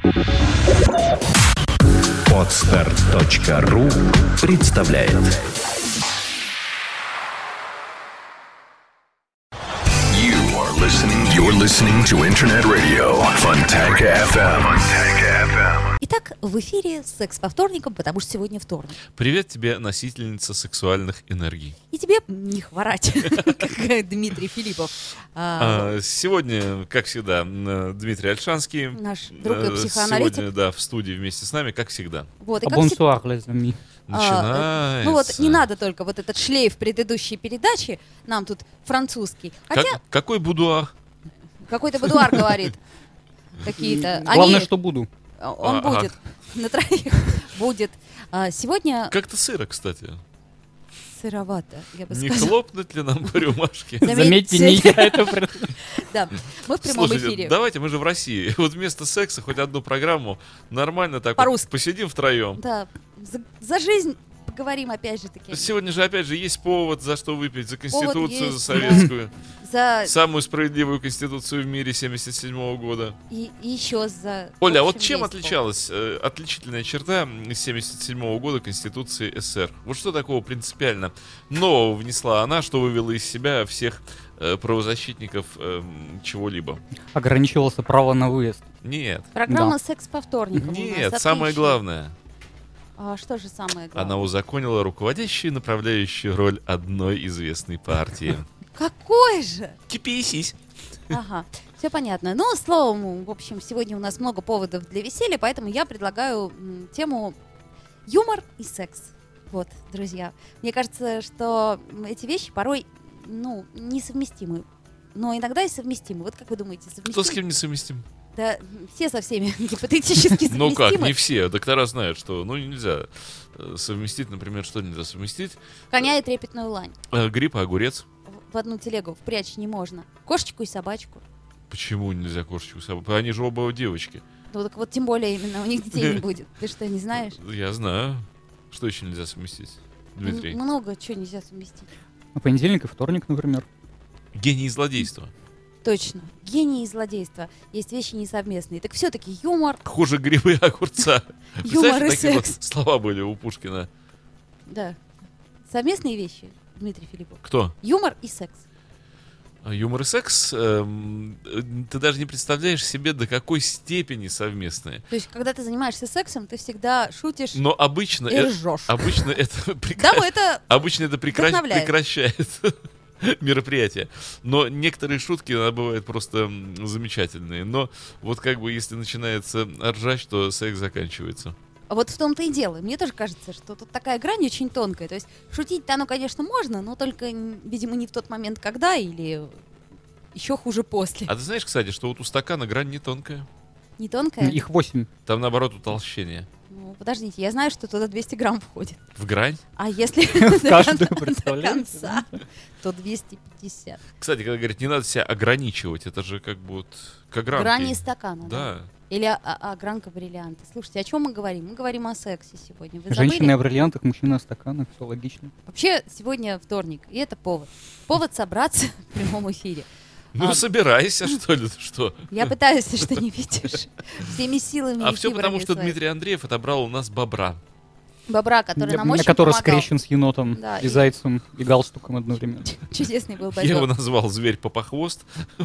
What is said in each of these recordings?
Podster.ru представляет. You're listening to Internet Radio Fontanka FM. Итак, в эфире секс по вторникам, потому что сегодня вторник. Привет тебе, носительница сексуальных энергий. И тебе не хворать, как Дмитрий Филиппов. Сегодня, как всегда, Дмитрий Альшанский. Наш друг и психоаналитик. Сегодня, да, в студии вместе с нами, как всегда. Вот, и Бонсуар, les amis. Начинается. Ну вот, не надо только вот этот шлейф предыдущей передачи, нам тут французский. Хотя Какой будуар? какой-то будуар говорит. Какие-то. Главное, что буду. Он будет. На троих будет. Сегодня Как-то сыро, кстати. сыровато, я бы Не сказала. хлопнуть ли нам по рюмашке? Заметьте, не я это... Да, мы в прямом Слушайте, эфире. давайте, мы же в России. Вот вместо секса хоть одну программу нормально так По-русски. вот посидим втроем. Да, за жизнь поговорим опять же таки. Сегодня же, опять же, есть повод, за что выпить. За Конституцию, есть, за советскую. За Самую справедливую Конституцию в мире 1977 года. и еще за. Оля, а в вот общем, чем есть отличалась отличительная черта 1977 года Конституции СССР? Вот что такого принципиально нового внесла она, что вывела из себя всех правозащитников чего-либо? Ограничивался право на выезд. Нет. повод. Программа Да. «Секс по вторникам» у нас, Нет, самое отлично. главное. А что же самое главное? Она узаконила руководящую и направляющую роль одной известной партии. Какой же? Киписись. Ага, все понятно. Ну, словом, в общем, сегодня у нас много поводов для веселья, поэтому я предлагаю тему юмор и секс. Вот, друзья. Мне кажется, что эти вещи порой, несовместимы. Но иногда и совместимы. Вот как вы думаете, совместимы? Кто с кем не совместим? Да, все со всеми гипотетически совместимы. Ну как, не все. Доктора знают, что нельзя совместить, например, что нельзя совместить. Коня и трепетную лань. Гриб и огурец. В одну телегу впрячь не можно. Кошечку и собачку. Почему нельзя кошечку собаку? Они же оба девочки. Ну так вот, тем более именно у них детей не будет. Ты что, не знаешь? Я знаю. Что еще нельзя совместить, Дмитрий? Много чего нельзя совместить. На понедельник и вторник, например. Гений злодейства. Точно. Гений и злодейство. Есть вещи несовместные. Так все-таки юмор. Хуже грибы и огурца. Юмор и Представляешь, такие секс. вот слова были у Пушкина. Да. Совместные вещи, Дмитрий Филиппов. Кто? Юмор и секс. Юмор и секс, ты даже не представляешь себе, до какой степени совместные. То есть, когда ты занимаешься сексом, ты всегда шутишь Но обычно, и ржешь. обычно это Да, это обычно это вдохновляет. прекращает мероприятие. Но некоторые шутки иногда бывают просто замечательные. Но вот как бы если начинается ржач, то секс заканчивается. вот в том-то и дело. Мне тоже кажется, что тут такая грань очень тонкая. То есть шутить-то оно, конечно, можно, но только, видимо, не в тот момент, когда, или еще хуже после. А ты знаешь, кстати, что вот у стакана грань не тонкая? Не тонкая? Их 8. Там, наоборот, утолщение. Ну, подождите, я знаю, что туда 200 грамм входит. В грань? А если каждую, до представляете, конца, то 250. Кстати, когда говорят, не надо себя ограничивать, это же как бы вот к огранке. Грани стакана, да? Да. Или огранка бриллианта. Слушайте, о чем мы говорим? Мы говорим о сексе сегодня. Вы Женщины забыли? о бриллиантах, мужчины о стаканах. Все логично. Вообще, сегодня вторник, и это повод. Повод собраться в прямом эфире. Ну, собирайся, что ли, ты что? Я пытаюсь, ты что не видишь, всеми силами А и все потому, фибрами что своими. Дмитрий Андреев отобрал у нас бобра. Бобра, который нам очень Который помогал. скрещен с енотом, Да, и и- зайцем, и галстуком одновременно. Чудесный был Я его бобер. назвал зверь-попохвост.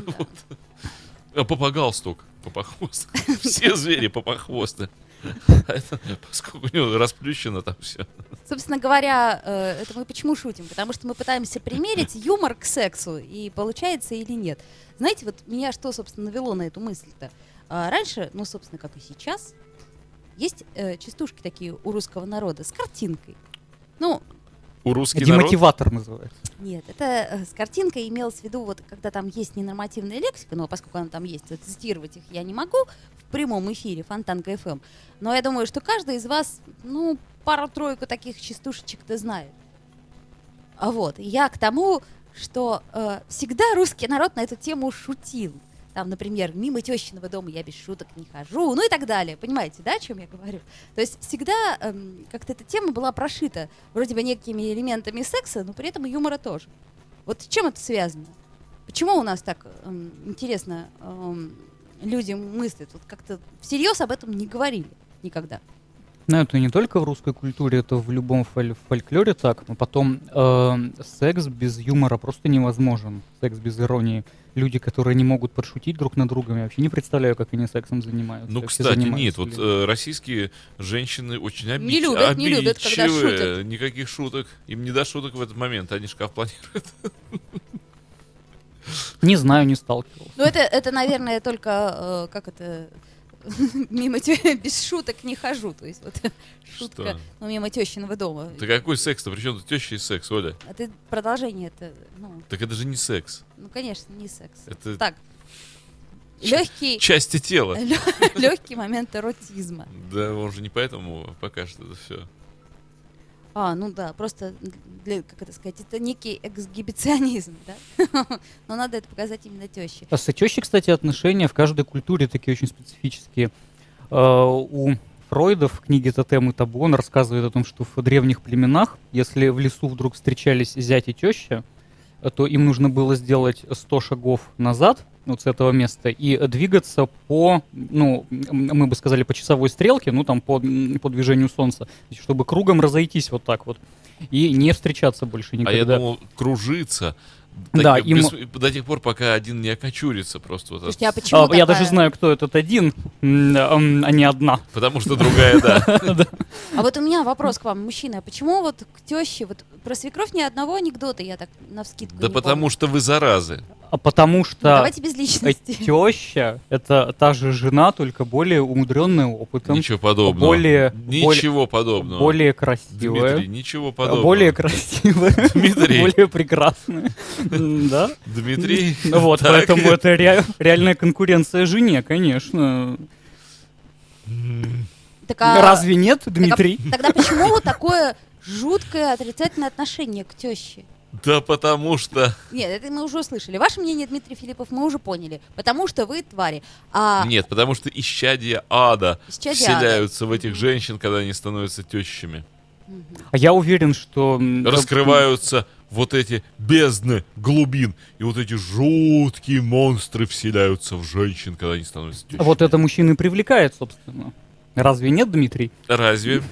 Попогалстук. Попохвост. Все звери попохвосты. А это, поскольку у него расплющено там все. Собственно говоря, это мы почему шутим? Потому что мы пытаемся примерить юмор к сексу, и получается или нет. Знаете, вот меня что, собственно, навело на эту мысль-то? Раньше, ну, собственно, как и сейчас, есть частушки такие у русского народа с картинкой. Ну, У русский народ. Демотиватор называется. нет, это с картинкой имелось в виду, вот когда там есть ненормативная лексика, но поскольку она там есть, то цитировать их я не могу в прямом эфире Фонтанка ФМ. Но я думаю, что каждый из вас, ну, пару-тройку таких частушечек-то знает. А вот, я к тому, что всегда русский народ на эту тему шутил. Там, например, мимо тещиного дома я без шуток не хожу, ну и так далее. Понимаете, да, о чем я говорю? То есть всегда как-то эта тема была прошита вроде бы некими элементами секса, но при этом и юмора тоже. Вот с чем это связано? Почему у нас так интересно люди мыслят. Вот как-то всерьез об этом не говорили никогда. Ну, это не только в русской культуре, это в любом фольклоре так. Но потом секс без юмора просто невозможен. Секс без иронии. Люди, которые не могут подшутить друг над другом, я вообще не представляю, как они сексом занимаются. Ну, Как кстати, занимаются нет, вот люди. российские женщины очень Не любят, когда обидчивые, шутят. никаких шуток, им не до шуток в этот момент, они шкаф планируют. Не знаю, не сталкивался. Ну, это наверное, только, как это, мимо без шуток не хожу. То есть вот шутка, Что? ну, мимо тещиного дома. Да какой секс-то? Причем тут теща и секс, Оля? А ты продолжение это, ну, Так это же не секс. конечно, не секс. Это Так, легкий, части тела. легкий момент эротизма. Да, он же не поэтому покажет это все. Ну да, просто, как это сказать, это некий эксгибиционизм, да? Но надо это показать именно теще. А с тещей, кстати, отношения в каждой культуре такие очень специфические. У Фройда в книге «Тотем и табу» он рассказывает о том, что в древних племенах, если в лесу вдруг встречались зять и теща, то им нужно было сделать 100 шагов назад, вот с этого места, и двигаться по, ну, мы бы сказали, по часовой стрелке, ну, там, по движению солнца, чтобы кругом разойтись вот так вот, и не встречаться больше никогда. А я думал, кружиться. Да, До тех пор, пока один не окочурится просто. Вот Слушайте, а почему я такая- даже знаю, кто этот один, а не одна. Потому что другая, да. А вот у меня вопрос к вам, мужчина. А почему вот к теще, вот про свекровь ни одного анекдота я так навскидку Да не потому что вы заразы. А потому помню. что Давайте без личности. теща — это та же жена, только более умудренная опытом, Ничего подобного. Ничего подобного. более красивая, Дмитрий, ничего подобного. более красивая, Дмитрий. более прекрасная. Да? Дмитрий. Вот, так. поэтому это реальная конкуренция жене, конечно. Так, а- Разве нет, так, а Дмитрий? тогда почему вот такое жуткое отрицательное отношение к теще? Да потому что... Нет, это мы уже услышали. Ваше мнение, Дмитрий Филиппов, мы уже поняли. Потому что вы твари. А Нет, потому что исчадия ада Исчадия ада. вселяются в этих женщин, когда они становятся тещами. А я уверен, что... Раскрываются вот эти бездны глубин. И вот эти жуткие монстры вселяются в женщин, когда они становятся тещами. Вот это мужчины привлекает, собственно. Разве нет, Дмитрий? Разве?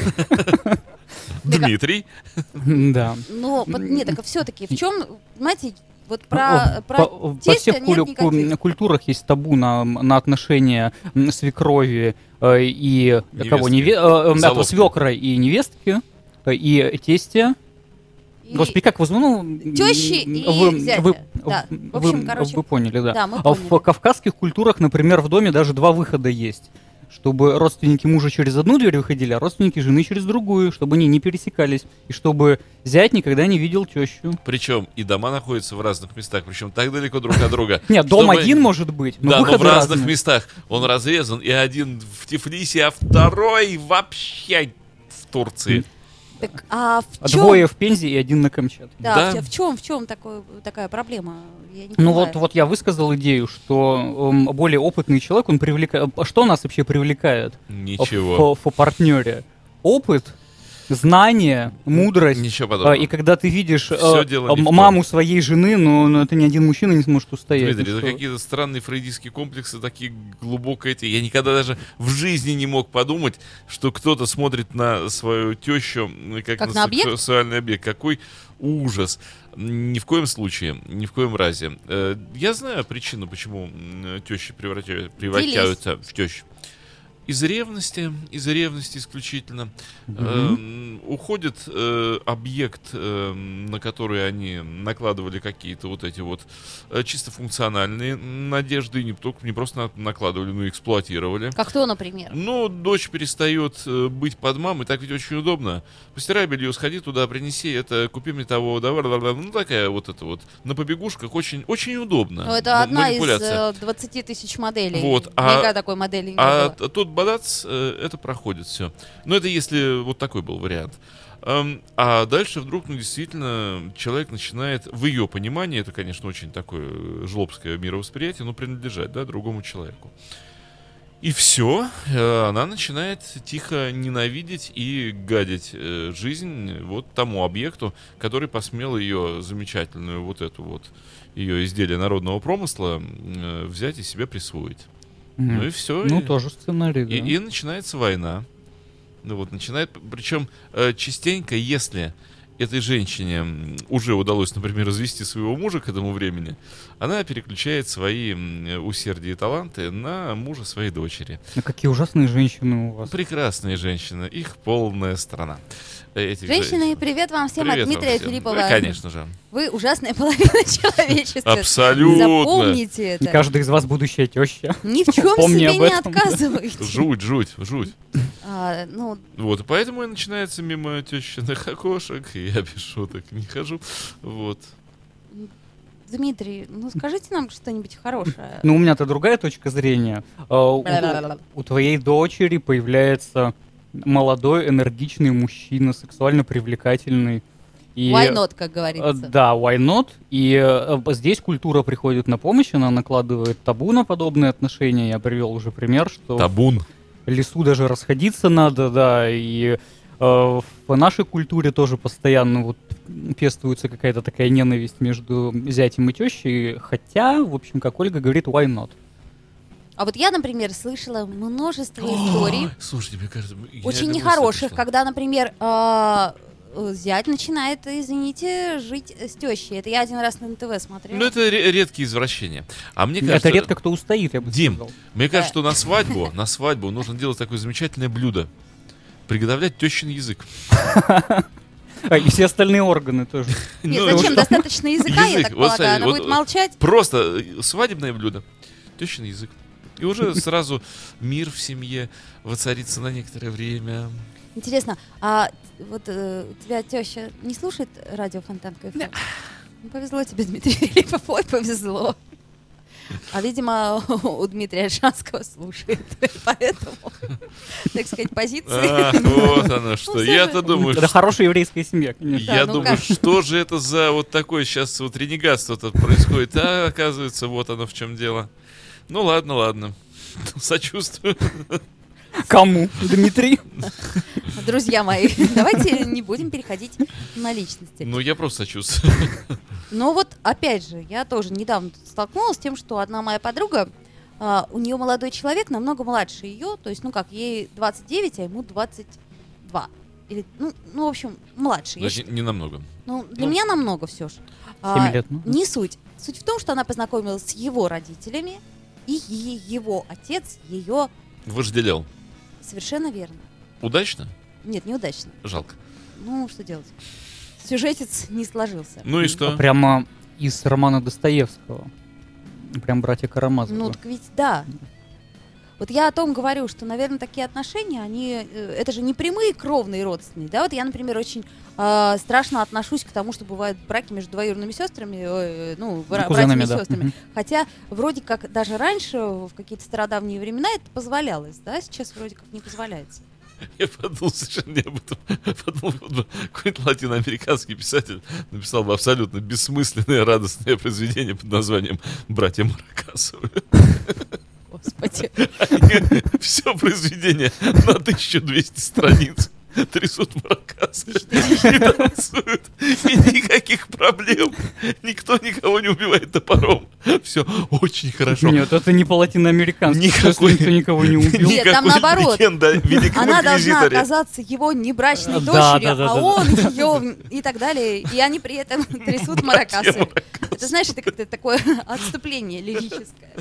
Дмитрий? Да. ну, нет, так все-таки в чем, понимаете, вот По про всех тестя нет никаких. культурах есть табу на отношения свекрови и кого? Заловки. Свекра и невестки, и тестя. И- Господи, как вы Тещи и зятя. Да. В общем, короче, вы поняли, да. да, мы А поняли. в кавказских культурах, например, в доме даже два выхода есть. Чтобы родственники мужа через одну дверь выходили, а родственники жены через другую, чтобы они не пересекались. И чтобы зять никогда не видел тещу. Причем и дома находятся в разных местах, причем так далеко друг от друга. Нет, дом Чтобы- один может быть, но Да, но в выходы разных разные. местах. Он разрезан, и один в Тифлисе, а второй вообще в Турции. Так, а в чем? Двое в Пензе и один на Камчатке. Да, Да. в чем такая проблема? Я не Ну понимаю. вот я высказал идею, что более опытный человек, он привлекает... Что нас вообще привлекает Ничего. в партнере? Опыт, знание, мудрость. Ничего подобного. И когда ты видишь Всё дело не в том. маму своей жены, но это ни один мужчина не сможет устоять. Дмитрий, Ну это что? какие-то странные фрейдистские комплексы, такие глубокие эти. Я никогда даже в жизни не мог подумать, что кто-то смотрит на свою тещу как Как на на объект? сексуальный объект. Какой ужас. Ни в коем случае, ни в коем разе. Я знаю причину, почему тещи превращаются в тещу. Из ревности исключительно. Уходит объект, на который они накладывали какие-то вот эти вот чисто функциональные надежды, не просто накладывали, но и эксплуатировали. Как то, например. Ну, дочь перестает быть под мамой, так ведь очень удобно. Постирай белье, сходи туда, принеси это, купи мне того, давай, ну такая вот это вот. На побегушках очень, очень удобно. Ну, это одна из Манипуляция. 20 тысяч моделей. Вот, Никогда такой модели не А было. тут бадац, это проходит все. Но это если вот такой был вариант. А дальше вдруг, ну, действительно, человек начинает, в ее понимании, это, конечно, очень такое жлобское мировосприятие, но принадлежать, да, другому человеку. И все, она начинает тихо ненавидеть и гадить жизнь вот тому объекту, который посмел ее замечательную вот эту вот ее изделие народного промысла взять и себе присвоить. Ну и все. Ну, тоже сценарий, да. И начинается война. Ну вот, причем частенько, если этой женщине уже удалось, например, развести своего мужа к этому времени, она переключает свои усердия и таланты на мужа своей дочери. А какие ужасные женщины у вас. Прекрасные женщины, их полная страна. Этих Женщины, женщин. привет вам всем Привет от вам Дмитрия всем. Филиппова. Да, конечно же. Вы ужасная половина человечества. Абсолютно. Запомните И это. каждый из вас будущая теща. Ни в чем Помни себе об не этом. отказывайте. Жуть. Ну, Вот, и поэтому и начинается мимо тещиных окошек, и я без шуток не хожу. Вот. Дмитрий, ну скажите нам что-нибудь хорошее. Ну, у меня-то другая точка зрения. У твоей дочери появляется молодой, энергичный мужчина, сексуально привлекательный. И, Why not, как говорится. Да, why not? И здесь культура приходит на помощь, она накладывает табу на подобные отношения. Я привел уже пример, что Табун. лесу даже расходиться надо, да, и в нашей культуре тоже постоянно вот пестуется какая-то такая ненависть между зятем и тещей, хотя, в общем, как Ольга говорит, why not? А вот я, например, слышала множество историй, Слушайте, мне кажется, я очень вернулся нехороших, точно. когда, например, зять начинает, извините, жить с тещей. Это я один раз на НТВ смотрела. Ну, это редкие извращения. А мне кажется, Это редко кто устоит, я бы Дим, сказал. мне кажется, что на свадьбу нужно делать такое замечательное блюдо. Приготовлять тещин язык. И все остальные органы тоже. Нет, Ну, зачем? Достаточно языка, я язык. так Вот полагаю. смотри, Она вот- будет молчать. Просто свадебное блюдо. Тещин язык. И уже сразу мир в семье воцарится на некоторое время. Интересно, а вот у тебя теща не слушает радио Фонтанка FM? Ну, повезло тебе, Дмитрий Филиппов, ой, повезло. А, видимо, у Дмитрия Шанского слушает, поэтому, так сказать, позиции. Ах, вот оно что. Ну, всё Я-то же. думаю, Это хорошая еврейская семья, конечно. Я ну думаю, как? что же это за вот такое сейчас вот ренегатство-то происходит. А, оказывается, вот оно в чем дело. Ну ладно. Сочувствую. Кому? Дмитрий? Друзья мои, давайте не будем переходить на личности. Ну, я просто сочувствую. Но вот, опять же, я тоже недавно тут столкнулась с тем, что одна моя подруга, у нее молодой человек, намного младше ее, то есть, ну как, ей 29, а ему 22. Или, ну, в общем, младше. Я Значит, не намного. Ну, для меня намного все же. 7 лет, ну. Не суть. Суть в том, что она познакомилась с его родителями, и его отец ее Вожделел. совершенно верно. Удачно? Нет, неудачно. Жалко. Ну, что делать? Сюжетец не сложился. Ну и что? Прямо из романа Достоевского. Прям братья Карамазовы. Ну, так ведь да. Вот я о том говорю, что, наверное, такие отношения, они, это же не прямые кровные родственные, да, вот я, например, очень страшно отношусь к тому, что бывают браки между двоюродными сестрами, братьями и да. сестрами, Мгм. хотя вроде как даже раньше, в какие-то стародавние времена, это позволялось, да, сейчас вроде как не позволяется. Я подумал совершенно не об этом. Подумал, вот бы какой-нибудь латиноамериканский писатель написал бы абсолютно бессмысленное, радостное произведение под названием «Братья Маракасовы». Господи. Все произведение на 1200 страниц. Трясут маракасы и танцуют. И никаких проблем. Никто никого не убивает топором. Все очень хорошо. Нет, это не по-латиноамерикански. Никакой- Никто никого не убил. Нет, там Никакой наоборот. легенды о великом Она должна инквизиторе. оказаться его небрачной Да, дочерью, да, а да, он ее и так далее. И они при этом трясут маракасы. Это, знаешь, это как-то такое отступление лирическое.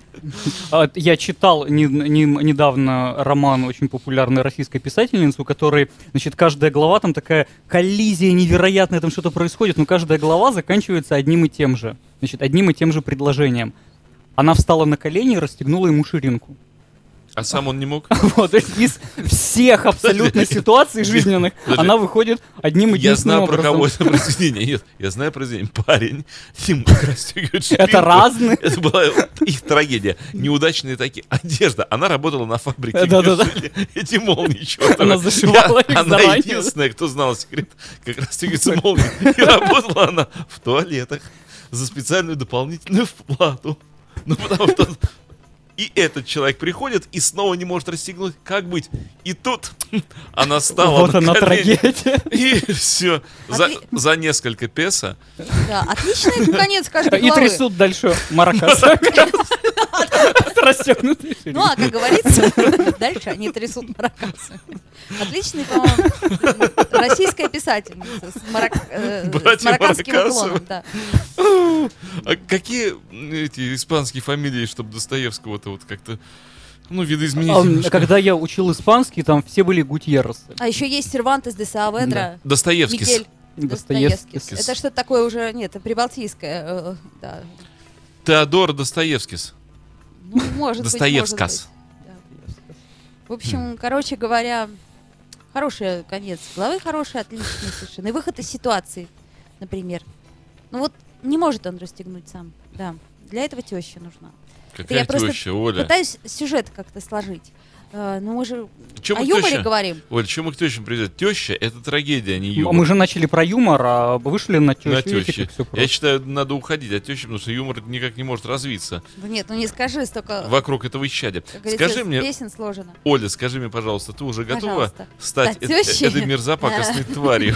Я читал недавно роман очень популярной российской писательницы, у которой, значит, каждая глава там такая коллизия невероятная, там что-то происходит, но каждая глава заканчивается одним и тем же. Значит, одним и тем же предложением. Она встала на колени и расстегнула ему ширинку. А сам он не мог? Вот, то есть из всех абсолютно ситуаций жизненных Подожди. она выходит одним Я единственным знаю, про образом. кого это произведение. Нет, я знаю произведение. Парень ему расстегивает ширинку. Это разные. Это была их трагедия. Неудачные такие. Одежда. Она работала на фабрике, где Да-да-да. шили эти молнии чёртовы. Она зашивала их Она заранее. единственная, кто знал секрет, как расстегивается молния. И работала она в туалетах за специальную дополнительную плату. Ну, потому что... И этот человек приходит и снова не может расстегнуть. Как быть? И тут она стала Вот на она колени. трагедия. И все. За несколько песо. Да, отличный конец каждой И главы. трясут дальше маракасы. С расстегнутой шириной. Ну, а как говорится, дальше они трясут маракасы. Отличный, по-моему, российская писательница с Братья марокканским Маракасовы. уклоном. Да. А какие эти испанские фамилии, чтобы Достоевского-то вот как-то, ну, видоизменить немножко? Когда я учил испанский, там все были гутьерресы. А еще есть Сервантес де Сааведра, Достоевский. Мигель Достоевский. Достоевский. Это что-то такое уже, нет, это прибалтийское. Да. Теодор Достоевскис. Ну, может быть, Достоевскас. может быть. Да. В общем, короче говоря, хороший конец главы, хороший, отличный совершенно. И выход из ситуации, например. Ну вот не может он расстегнуть сам. Да. Для этого теща нужна. Какая я просто теща, Оля? Пытаюсь сюжет как-то сложить. Ну мы же Чё о мы к юморе тёще? говорим. Оль, чем мы к тещам придет? Теща — это трагедия, а не Мы юмор. же начали про юмор, а вышли на тещу. На Видите, тещи. как всё Я просто. считаю, надо уходить от тещи, потому что юмор никак не может развиться Ну нет, ну не скажи, столько, вокруг этого исчадия. как говорится, Скажи мне, песен сложено. Оля, скажи мне, пожалуйста, ты уже готова Пожалуйста. стать Стать тещей? этой мерзопакостной тварью,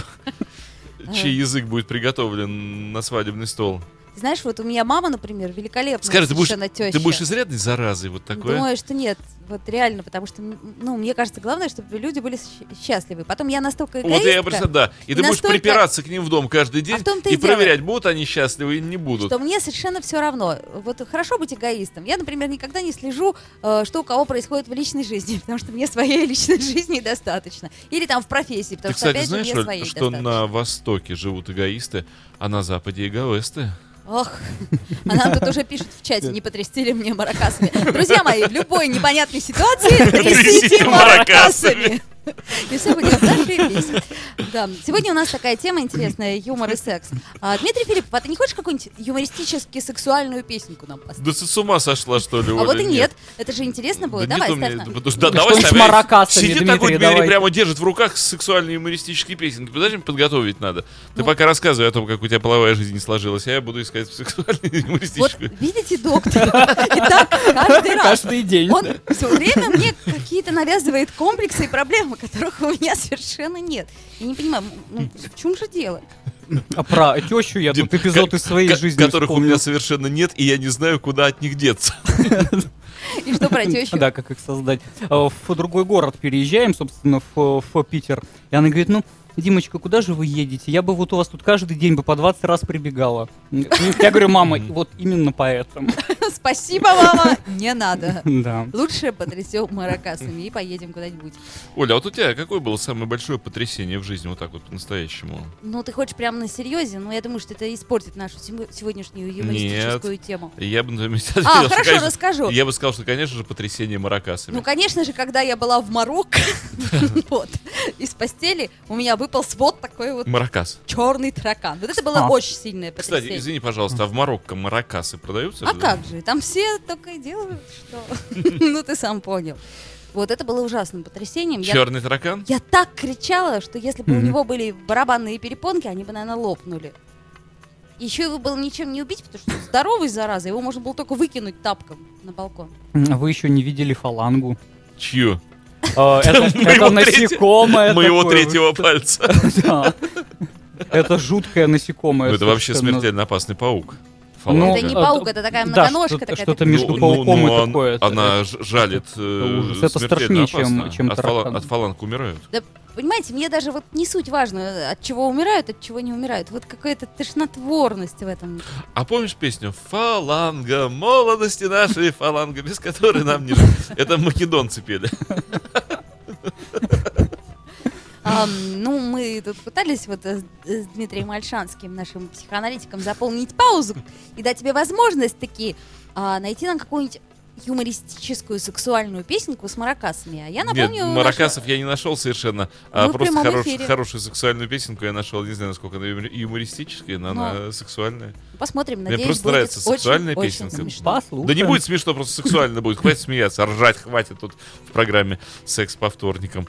чей язык будет приготовлен на свадебный стол? Знаешь, вот у меня мама, например, великолепная Скажи, совершенно теща. ты будешь изрядной заразой вот такое? Думаю, что нет. Вот реально, потому что, ну, мне кажется, главное, чтобы люди были счастливы. Потом я настолько эгоистка. Вот я представляю, да. И ты будешь настолько- припираться к ним в дом каждый день в том-то и и дело. проверять, будут они счастливы или не будут. что мне совершенно все равно. Вот хорошо быть эгоистом. Я, например, никогда не слежу, что у кого происходит в личной жизни, потому что мне своей личной жизни достаточно. Или там в профессии, потому Ты, что, кстати, опять знаешь, же, мне Оль, своей что достаточно. на Востоке живут эгоисты, а на Западе эгоисты? Ох, а нам тут уже пишут в чате, не потрясти ли мне маракасами. Друзья мои, в любой непонятной ситуации трясите Трясите маракасами. И все будет зашибись. Да. Сегодня у нас такая тема интересная, юмор и секс. Дмитрий Филиппов, а ты не хочешь какую-нибудь юмористически сексуальную песенку нам поставить? Да ты с ума сошла, что ли, А Оля? вот и нет. Это же интересно будет. Да Давай, нет у ставь меня- нам. потому что- Да давай что-нибудь ставь. с маракасами, Сидит Дмитрий, такой Дмитрий, давайте. прямо держит в руках сексуальные юмористические песенки. Подожди, подготовить надо. Ты пока рассказывай о том, как у тебя половая жизнь не сложилась, а я буду искать сексуальную Вот юмористическую. видите, доктор, и так каждый раз. Каждый день. Он все время мне какие-то навязывает комплексы и проблемы, которых у меня совершенно нет. Я не понимаю, ну, в чем же дело? А про тещу я Дим, тут эпизод из своей жизни которых у вспомнил. меня совершенно нет, и я не знаю, куда от них деться. И что про тещу? Да, как их создать. В другой город переезжаем, собственно, в Питер. И она говорит, ну, Димочка, куда же вы едете? Я бы вот у вас тут каждый день бы по 20 раз прибегала. Я говорю, мама, вот именно поэтому. Спасибо, мама, не надо. Да. Лучше потрясем маракасами и поедем куда-нибудь. Оля, а вот у тебя какое было самое большое потрясение в жизни, вот так вот по-настоящему? Ну, ты хочешь прямо на серьезе, но я думаю, что это испортит нашу сегодняшнюю юмористическую тему. Я бы ответил, А, что, хорошо, конечно, расскажу. Я бы сказал, что, конечно же, потрясение маракасами. Ну, конечно же, когда я была в Марокко, вот, из постели у меня выпал вот такой вот Маракас. черный таракан. Вот это было А. очень сильное Кстати, потрясение. извини, пожалуйста, а в Марокко маракасы продаются? А же, да? как же? Там все только и делают, что... Ну, ты сам понял. Вот это было ужасным потрясением. Черный таракан? Я так кричала, что если бы у Мгм. него были барабанные перепонки, они бы, наверное, лопнули. Еще его было ничем не убить, потому что он здоровый, зараза, его можно было только выкинуть тапком на балкон. Вы еще не видели фалангу. Чью? Это Моего насекомое. Моего такое. третьего пальца. Да. Это жуткое насекомое. Это вообще совершенно. смертельно опасный паук. Ну, Фаланга. Это не а, паук, это такая да, многоножка. что-то- такая что-то такая. между пауком и такое. Она жалит. ужас. Это смертельно страшнее, чем- опасно. чем От таракан. От фаланг умирают. Да, понимаете, мне даже вот не суть важно, от чего умирают, от чего не умирают. Вот какая-то тошнотворность в этом. А помнишь песню «Фаланга, молодости нашей фаланга», без которой нам не жить? Это македонцы пели. Ну, мы тут пытались вот с Дмитрием Альшанским, нашим психоаналитиком, заполнить паузу и дать тебе возможность таки найти нам какую-нибудь юмористическую сексуальную песенку с маракасами. А я напомню... Нет, маракасов я не нашел совершенно, а Мы в просто прямом эфире. хорошую сексуальную песенку я нашел. Не знаю, насколько она юмористическая, но она сексуальная. Посмотрим, Мне надеюсь, просто будет нравится сексуальная очень песенка. смешно. Послушаем. Да не будет смешно, просто сексуально будет. Хватит смеяться, ржать хватит тут в программе «Секс по вторникам».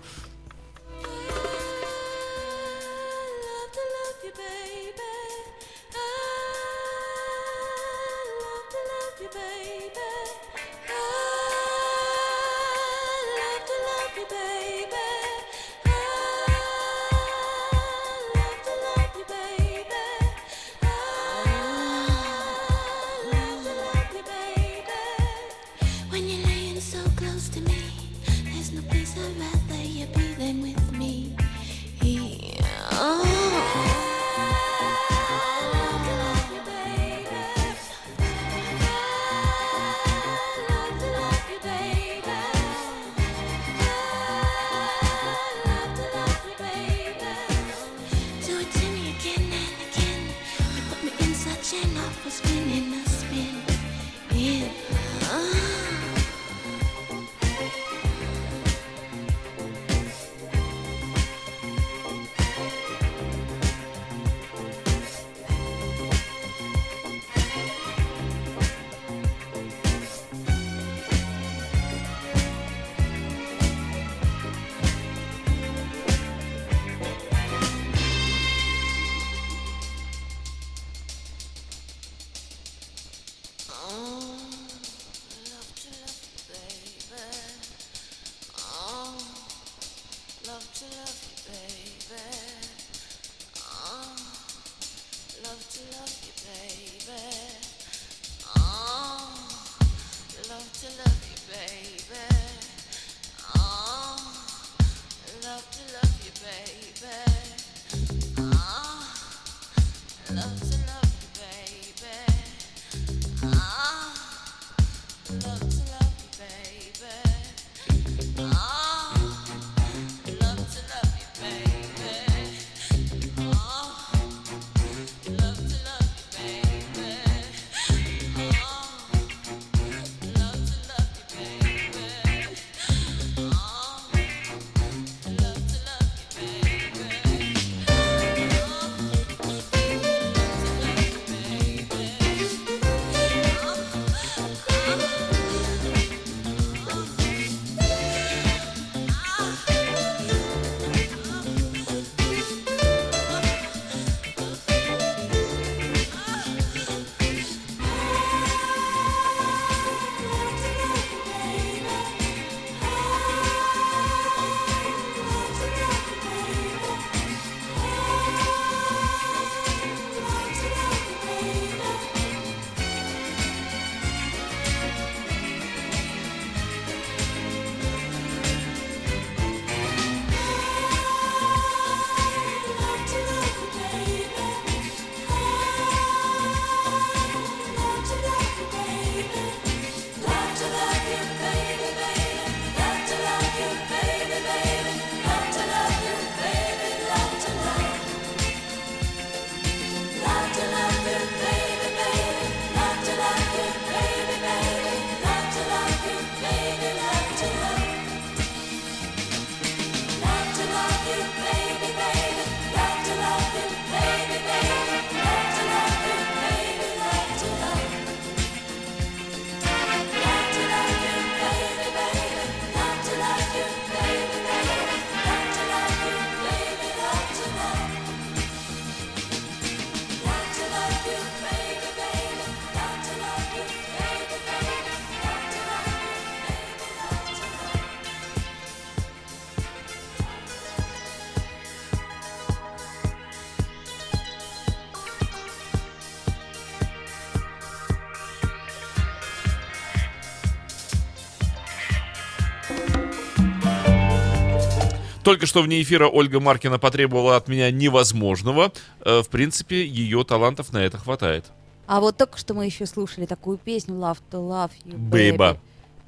Только что вне эфира Ольга Маркина потребовала от меня невозможного. В принципе, ее талантов на это хватает. А вот только что мы еще слушали такую песню Love to Love You, Baby.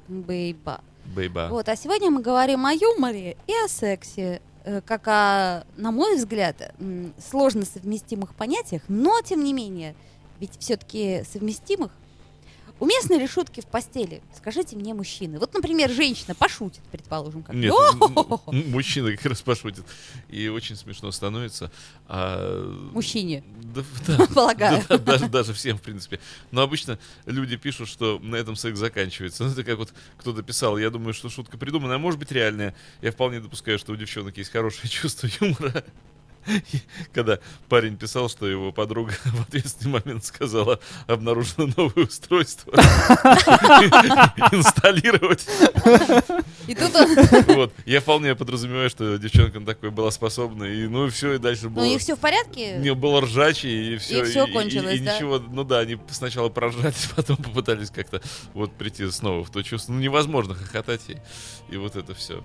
Baby. Бейба. Вот, а сегодня мы говорим о юморе и о сексе, как о, на мой взгляд, сложно совместимых понятиях, но, тем не менее, ведь все-таки совместимых. Уместны ли шутки в постели? Скажите мне, мужчины. Вот, например, женщина пошутит, предположим, как Нет, мужчина как раз пошутит. И очень смешно становится. Мужчине, Да, полагаю. даже всем, в принципе. Но обычно люди пишут, что на этом секс заканчивается. Ну, это как вот кто-то писал, я думаю, что шутка придуманная, а может быть реальная. Я вполне допускаю, что у девчонок есть хорошее чувство юмора. И когда парень писал, что его подруга в ответственный момент сказала, обнаружено новое устройство инсталлировать. И тут он... Вот. Я вполне подразумеваю, что девчонка такой была способна, и ну и все, и дальше было... Ну, у них все в порядке? Не, было ржачее, и все. И всё кончилось, и да? ничего, ну да, они сначала проржались, потом попытались как-то вот прийти снова в то чувство. Ну, невозможно хохотать, и вот это все.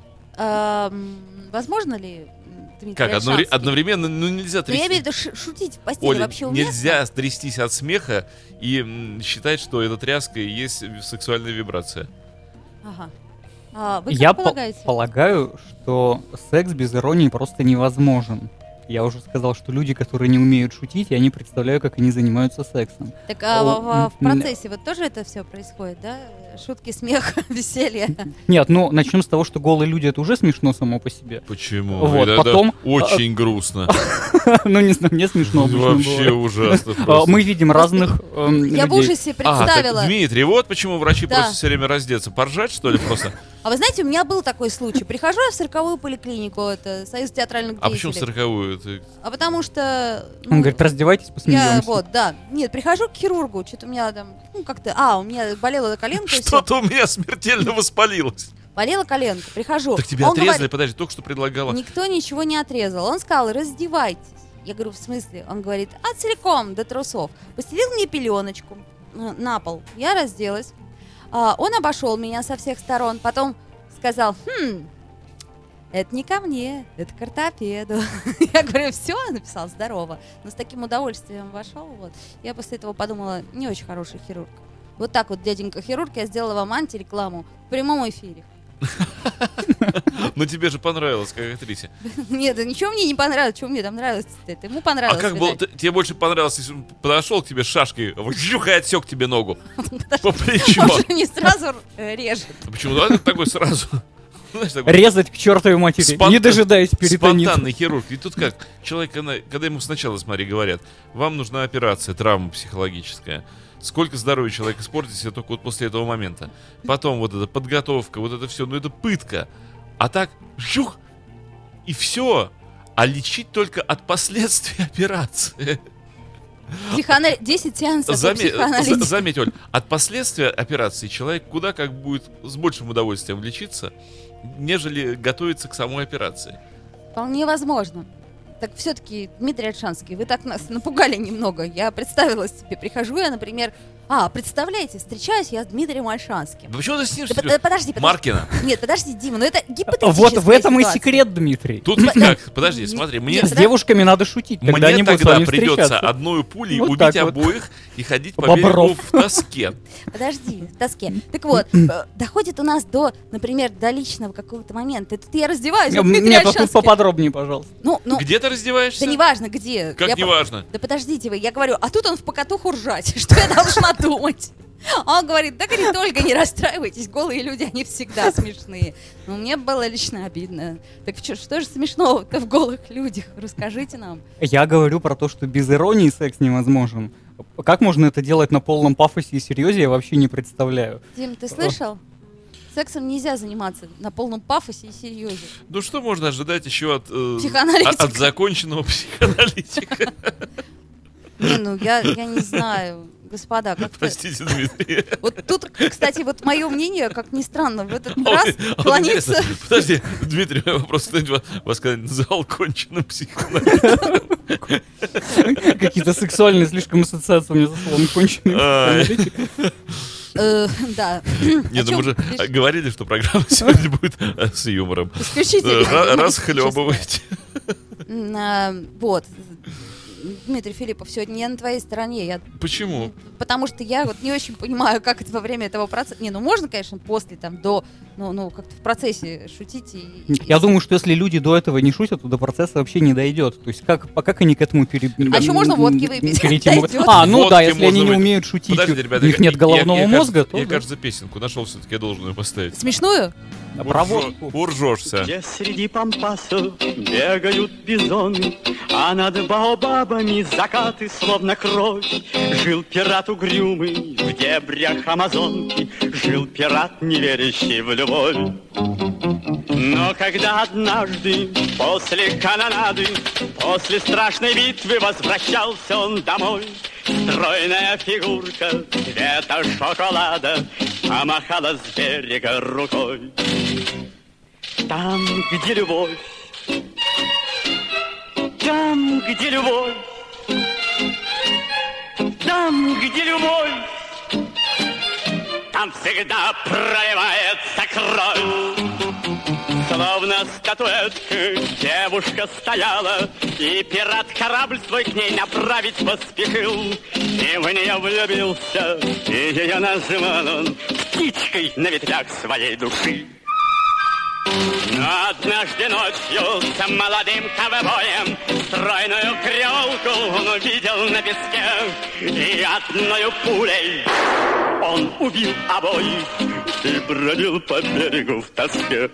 Возможно ли, Дмитрий Как, Ольшанский? одновременно, ну нельзя Ну, я трясти. имею в виду, шутить в постели Оля, вообще уместно? нельзя трястись от смеха и считать, что эта тряска и есть сексуальная вибрация. Ага. А вы Я как полагаете? полагаю, что секс без иронии просто невозможен. Я уже сказал, что люди, которые не умеют шутить, я не представляю, как они занимаются сексом. Так в процессе вот тоже это все происходит, да? Шутки, смех, веселье. Нет, ну начнем с того, что голые люди это уже смешно само по себе. Почему? Вот, это потом- очень грустно. Ну не знаю, мне смешно обычно Вообще было. ужасно просто. Мы видим разных Я в людей. ужасе представила. Так, Дмитрий, вот почему врачи Да. просто все время раздеться. Поржать, что ли, просто? А вы знаете, у меня был такой случай. Прихожу я в 40-ю поликлинику, это Союз театральных А почему деятелей. 40-ю? Ты- А потому что... Он говорит, раздевайтесь, я посмеемся. вот, да. Нет, прихожу к хирургу, что-то у меня там, ну как-то... у меня болела коленка и все. Что-то у меня смертельно воспалилось. Болела коленка, прихожу. Так тебя Он отрезали, говорит, подожди, только что предлагала. никто ничего не отрезал. Он сказал, раздевайтесь. Я говорю, в смысле? Он говорит, целиком, до трусов. Постелил мне пеленочку на пол. Я разделась. Он обошел меня со всех сторон. Потом сказал, это не ко мне, это к ортопеду. Я говорю, все, написал, здорово. Но с таким удовольствием вошел. Вот. Я после этого подумала, не очень хороший хирург. Вот так вот, дяденька хирург, я сделала вам антирекламу в прямом эфире. Но тебе же понравилось, как актрисе. Нет, ничего мне не понравилось. Чего мне там нравилось? Это ему понравилось. А как было? Тебе больше понравилось, если он подошел к тебе с шашкой, и отсек тебе ногу по плечу? Он же не сразу режет. Почему? Да, такой сразу. Знаешь, такой Резать к чертовой матери, не дожидаясь перитонита. спонтанный хирург. И тут как? Человек, когда ему сначала, смотри, говорят, вам нужна операция, травма психологическая. Сколько здоровья человек испортит себе только вот после этого момента. Потом вот эта подготовка, вот это все, ну это пытка. А так, жух, и все. А лечить только от последствий операции. 10 сеансов психоаналитики. Заметь, Оль, от последствий операции человек куда как будет с большим удовольствием лечиться, нежели готовиться к самой операции. Вполне возможно. Так все-таки, Дмитрий Ольшанский, вы так нас напугали немного. Я представила себе, прихожу я, например... представляете, встречаюсь я с Дмитрием Ольшанским. Да почему ты с ним Подожди. Маркина. Нет, подожди, Дима, это гипотетическая Вот в этом ситуация. и секрет, Дмитрий. Тут ведь как? Подожди, смотри, Нет, С девушками надо шутить, тогда они мне будут с тогда вами придется встречаться. одной пулей Вот убить так вот. обоих и ходить по Бобров. берегу в тоске. Подожди, в тоске. Так вот, доходит у нас до, например, до личного какого-то момента. И тут я раздеваюсь, а Дмитрий Нет, тут Ольшанский. поподробнее, пожалуйста. Ну, Где ты раздеваешься? да неважно, где. Как неважно? Да подождите вы, я говорю, а тут он в покатуху ржать. Что я должна думать? А он говорит, да, говорит, Ольга, не расстраивайтесь, голые люди, они всегда смешные. Но мне было лично обидно. Так что же смешного-то в голых людях? Расскажите нам. Я говорю про то, что без иронии секс невозможен. Как можно это делать на полном пафосе и серьезе, я вообще не представляю. Дим, ты слышал? Сексом нельзя заниматься на полном пафосе и серьезе. Ну что можно ожидать еще от Психоаналитика. от законченного психоаналитика? Не, ну я не знаю, господа, как-то... Простите, Дмитрий. Вот тут, кстати, вот мое мнение, как ни странно, в этот раз клонится... интересно, подожди, Дмитрий, вопрос, кто-нибудь вас когда-нибудь называл конченным психоаналитиком? Какие-то сексуальные слишком ассоциации у меня за словом конченые. Да. Нет, ну мы же говорили, что программа сегодня будет с юмором. Исключительно. Расхлебывайте. Вот. Дмитрий Филиппов, сегодня я на твоей стороне. Почему? Потому что я вот не очень понимаю, как это во время этого процесса... Не, ну можно, конечно, после, там, до... Ну, как-то в процессе шутить Я думаю, что если люди до этого не шутят, то до процесса вообще не дойдет. То есть как они к этому перейти? А еще можно водки выпить, перейти дойдет. ну да, Водки если они можно не выпить. умеют шутить, Подождите, ребята, у них нет головного мозга, то... Я, да. кажется, песенку нашел, все-таки я должен ее поставить. Смешную? Про водку. Уржешься. Где среди пампасов бегают бизоны, а над баобабами закаты словно кровь. Жил пират угрюмый в дебрях Амазонки, жил пират, не верящий в любовь. Но когда однажды после канонады, после страшной битвы возвращался он домой, стройная фигурка цвета шоколада помахала с берега рукой. Там, где любовь, там, где любовь, там, где любовь, там всегда проливается кровь. Словно статуэтка девушка стояла, и пират корабль свой к ней направить поспешил. И в нее влюбился, и ее называл он птичкой на ветвях своей души. Но однажды ночью с молодым ковбоем стройную креолку он увидел на песке, и одною пулей он убил обоих и бродил по берегу в тоске.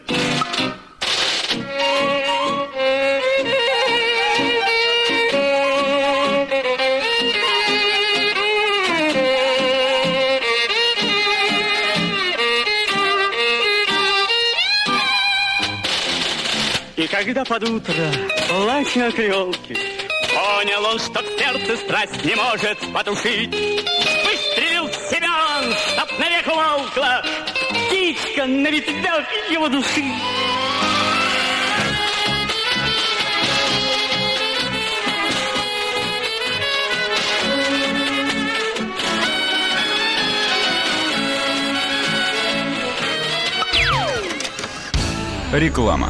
И когда под утро плач на креолке, понял он, что в сердце страсть не может потушить. Выстрелил в себя он, чтоб навек умолкла птичка на ветвях его души. Реклама.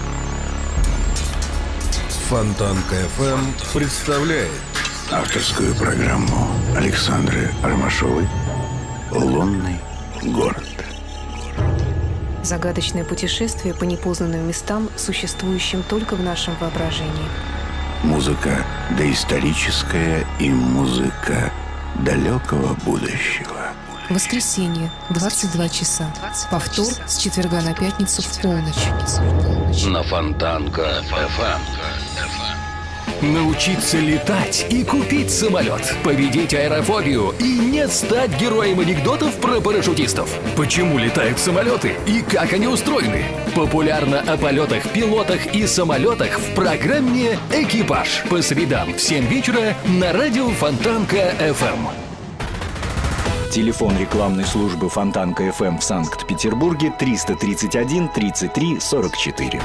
Фонтанка FM представляет авторскую программу Александры Ромашовой «Лунный город». Загадочное путешествие по непознанным местам, существующим только в нашем воображении. Музыка доисторическая и музыка далекого будущего. Воскресенье, 22 часа. Повтор с четверга на пятницу в полночь. На Фонтанка FM. Научиться летать и купить самолет, победить аэрофобию и не стать героем анекдотов про парашютистов. Почему летают самолеты и как они устроены? Популярно о полетах, пилотах и самолетах в программе «Экипаж» по средам в 7 вечера на радио Фонтанка FM. Телефон рекламной службы Фонтанка FM в Санкт-Петербурге 331 33 44.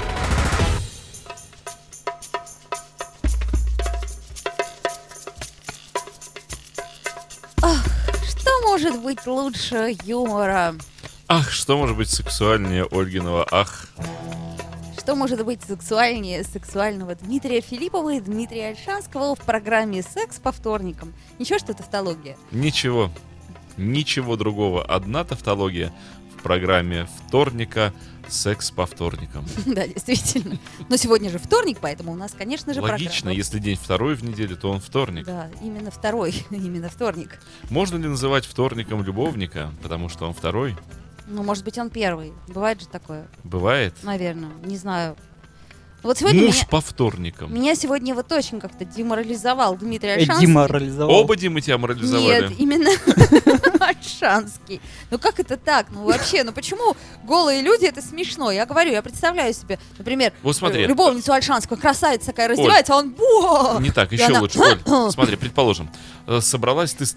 Что может быть лучше юмора? Ах, что может быть сексуальнее Ольгиного «ах». Что может быть сексуальнее сексуального Дмитрия Филиппова и Дмитрия Ольшанского в программе «Секс по вторникам»? Ничего, что тавтология? Ничего. Ничего другого. Одна тавтология в программе «Вторника. Секс по вторникам». Да, действительно. Но сегодня же вторник, поэтому у нас, конечно же, Логично, программа. если день второй в неделю, то он вторник. Да, именно второй, именно вторник. Можно ли называть вторником любовника, потому что он второй? Ну, может быть, он первый. Бывает же такое. Бывает. Наверное, не знаю. Вот сегодня Муж по вторникам. меня сегодня вот очень как-то деморализовал Дмитрий Ольшанский. Деморализовал. Оба Димы тебя морализовали. Нет, именно Ольшанский. Ну как это так? Ну вообще, ну почему голые люди это смешно? Я говорю, я представляю себе, например, Вот смотри. любовницу Ольшанского, красавица такая раздевается, а он буа! Не так, И еще она- лучше. Оль, смотри, предположим, собралась ты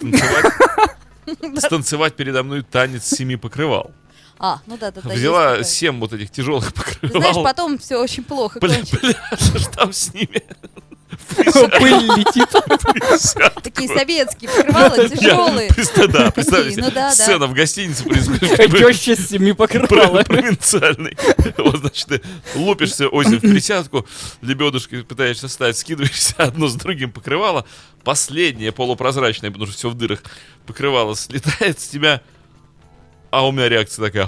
станцевать передо мной танец 7 покрывал. А, ну да. Взяла есть 7 вот этих тяжелых такое. покрывал. Знаешь, потом все очень плохо кончилось. Пляшешь там с ними. Пыль летит. Такие советские покрывала, тяжелые. Да, представьте, Ну да, да. сцена в гостинице происходит. Теща с 7 покрывала. Провинциальный. Вот, значит, ты лупишься осень в присядку, лебедушкой пытаешься встать, скидываешься одно с другим покрывало. Последнее полупрозрачное, потому что все в дырах, покрывало слетает с тебя. А у меня реакция такая: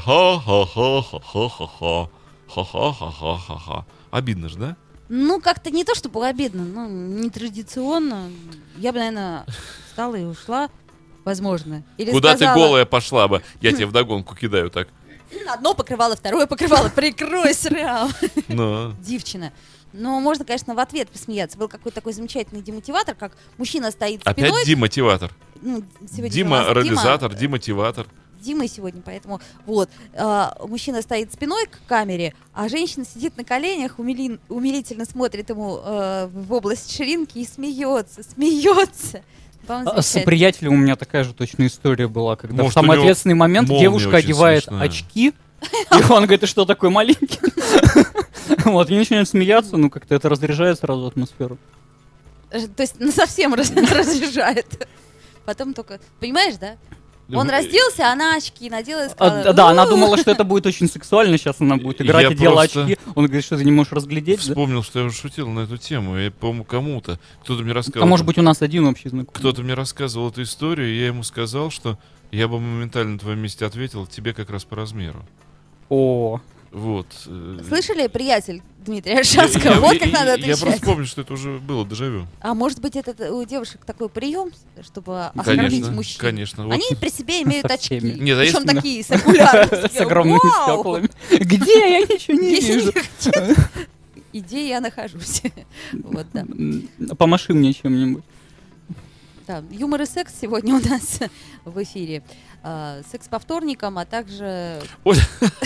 ха-ха-ха-ха-ха-ха-ха. Ха-ха-ха-ха-ха-ха. Обидно же, да? Ну, как-то не то, чтобы обидно, но нетрадиционно. Я бы, наверное, встала и ушла, возможно. Или Куда сказала, ты голая пошла бы? Я тебе вдогонку кидаю так. Одно покрывало, второе покрывало, прикройся, Рям. Ну. Девчина. Но можно, конечно, в ответ посмеяться. Был какой-то такой замечательный демотиватор, как мужчина стоит спиной. Опять демотиватор. Ну, сегодня у Дима нас реализатор, демотиватор. Дима сегодня, поэтому вот. Мужчина стоит спиной к камере, а женщина сидит на коленях, умилительно смотрит ему в область ширинки и смеется. По-моему, С замечательно. приятелем у меня такая же точная история была, когда Может, в самый у него ответственный момент молния девушка очень одевает смешная. очки, и он говорит: ты что, такой маленький? Вот, и начинают смеяться, ну как-то это разряжает сразу атмосферу. То есть совсем разряжает. Потом только... Понимаешь, да? Он разделся, она очки надела и сказала... Да, она думала, что это будет очень сексуально, сейчас она будет играть Я и делала просто очки. Он говорит, что ты не можешь разглядеть, да? Вспомнил, что я уже шутил на эту тему. Я, по-моему, кому-то. Кто-то мне рассказывал. А может быть у нас один общий знакомый. Кто-то мне рассказывал эту историю, и я ему сказал, что я бы моментально на твоем месте ответил: тебе как раз по размеру. О, Вот. Слышали, приятель Дмитрия Ольшанского? Вот как надо Я просто отвечать. помню, что это уже было дежавю. А может быть, это у девушек такой прием, чтобы оскорбить Конечно, мужчин? конечно. Вот. Они при себе имеют Со очки. всеми. Нет, а Причем если- такие с окулярами. с огромными Вау! стеклами. Где? Я ничего не Если вижу. не хотят, иди, я нахожусь. Вот, да. Помаши мне чем-нибудь. Да, юмор и секс сегодня у нас в эфире. Секс по вторникам, а также... Оля,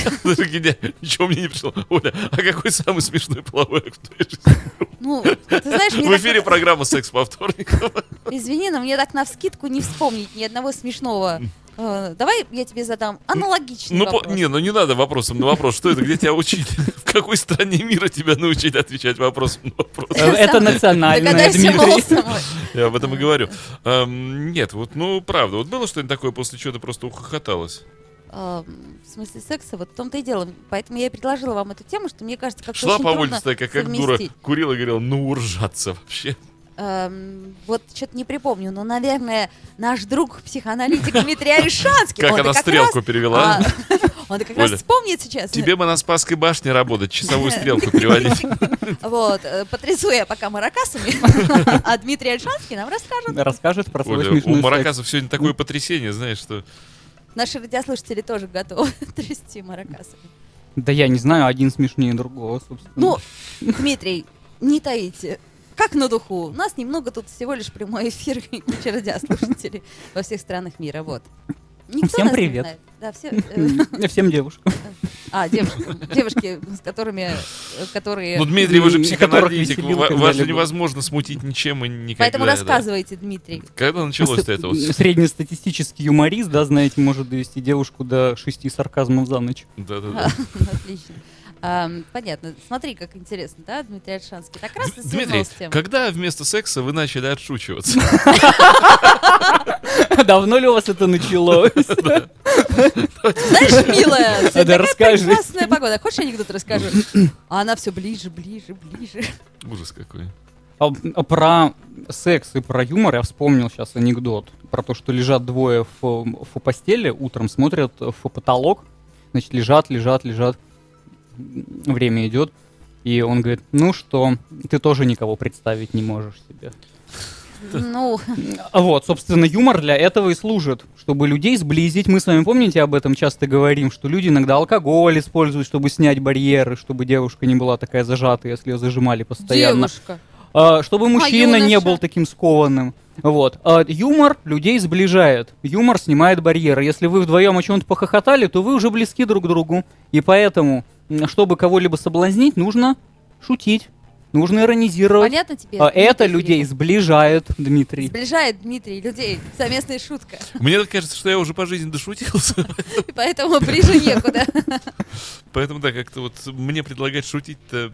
ничего мне не пришло. Оля, а какой самый смешной половой акт в твоей жизни? Ну, ты знаешь, мне В так- эфире программа «Секс по вторникам». Извини, но мне так навскидку не вспомнить ни одного смешного Давай я тебе задам аналогичный вопрос. Не надо вопросом на вопрос. Что это, где тебя учили? В какой стране мира тебя научили отвечать вопросом на вопрос? Это национальное, Дмитрий. Я об этом и говорю. Нет, правда. Вот было что-нибудь такое, после чего ты просто ухохоталась? В смысле секса, вот в том-то и дело. Поэтому я и предложила вам эту тему, что мне кажется, как-то шла очень по трудно улице, как совместить. дура, курила и говорила, уржаться вообще. Вот что-то не припомню, но, наверное, наш друг-психоаналитик Дмитрий Альшанский. Как она стрелку перевела? Он как раз вспомнит сейчас. Тебе бы на Спасской башне работать, часовую стрелку переводить. Вот, потрясу я пока маракасами, а Дмитрий Альшанский нам расскажет. Расскажет про свой Оля, смешной у секс. маракасов сегодня такое потрясение, знаешь, что... Наши радиослушатели тоже готовы трясти маракасами. Да я не знаю, один смешнее другого, собственно. Ну, Дмитрий, не таите. Как на духу. У нас немного тут всего лишь прямой эфир и куча радиослушателей во всех странах мира. Вот. Никто всем нас привет. Не знает. Да, все, всем девушкам. Девушки, с которыми, которые... Ну, Дмитрий, вы же психоаналитик, веселил, вас же когда-либо. невозможно смутить ничем и никогда. Поэтому рассказывайте, Дмитрий. Когда началось-то это? Среднестатистический юморист, да, знаете, может довести девушку до 6 сарказмов за ночь. Да-да-да. Отлично. Понятно. Смотри, как интересно, да, Дмитрий Альшанский. Так раз и Дмитрий, с тем. когда вместо секса вы начали отшучиваться? Давно ли у вас это началось? Знаешь, милая, Да, такая расскажи. прекрасная погода. Хочешь анекдот расскажу? А она все ближе. Ужас какой. Про секс и про юмор я вспомнил сейчас анекдот. Про то, что лежат двое в постели, утром смотрят в потолок. Значит, лежат. Время идет. И он говорит, ну что, ты тоже никого представить не можешь себе. Ну, Вот, собственно, юмор для этого и служит, чтобы людей сблизить. Мы с вами, помните, об этом часто говорим, что люди иногда алкоголь используют, чтобы снять барьеры, чтобы девушка не была такая зажатая, если ее зажимали постоянно. девушка. Чтобы мужчина не юноша? был таким скованным. Вот. Юмор людей сближает. Юмор снимает барьеры. Если вы вдвоем о чем-то похохотали, то вы уже близки друг к другу. И поэтому, чтобы кого-либо соблазнить, нужно шутить. Нужно иронизировать. Понятно тебе? Это Дмитрий людей Филиппов? сближает, Дмитрий. Сближает, Дмитрий, людей. Совместная шутка. Мне так кажется, что я уже по жизни дошутился. И поэтому ближе некуда. Поэтому, да, как-то вот мне предлагать шутить-то...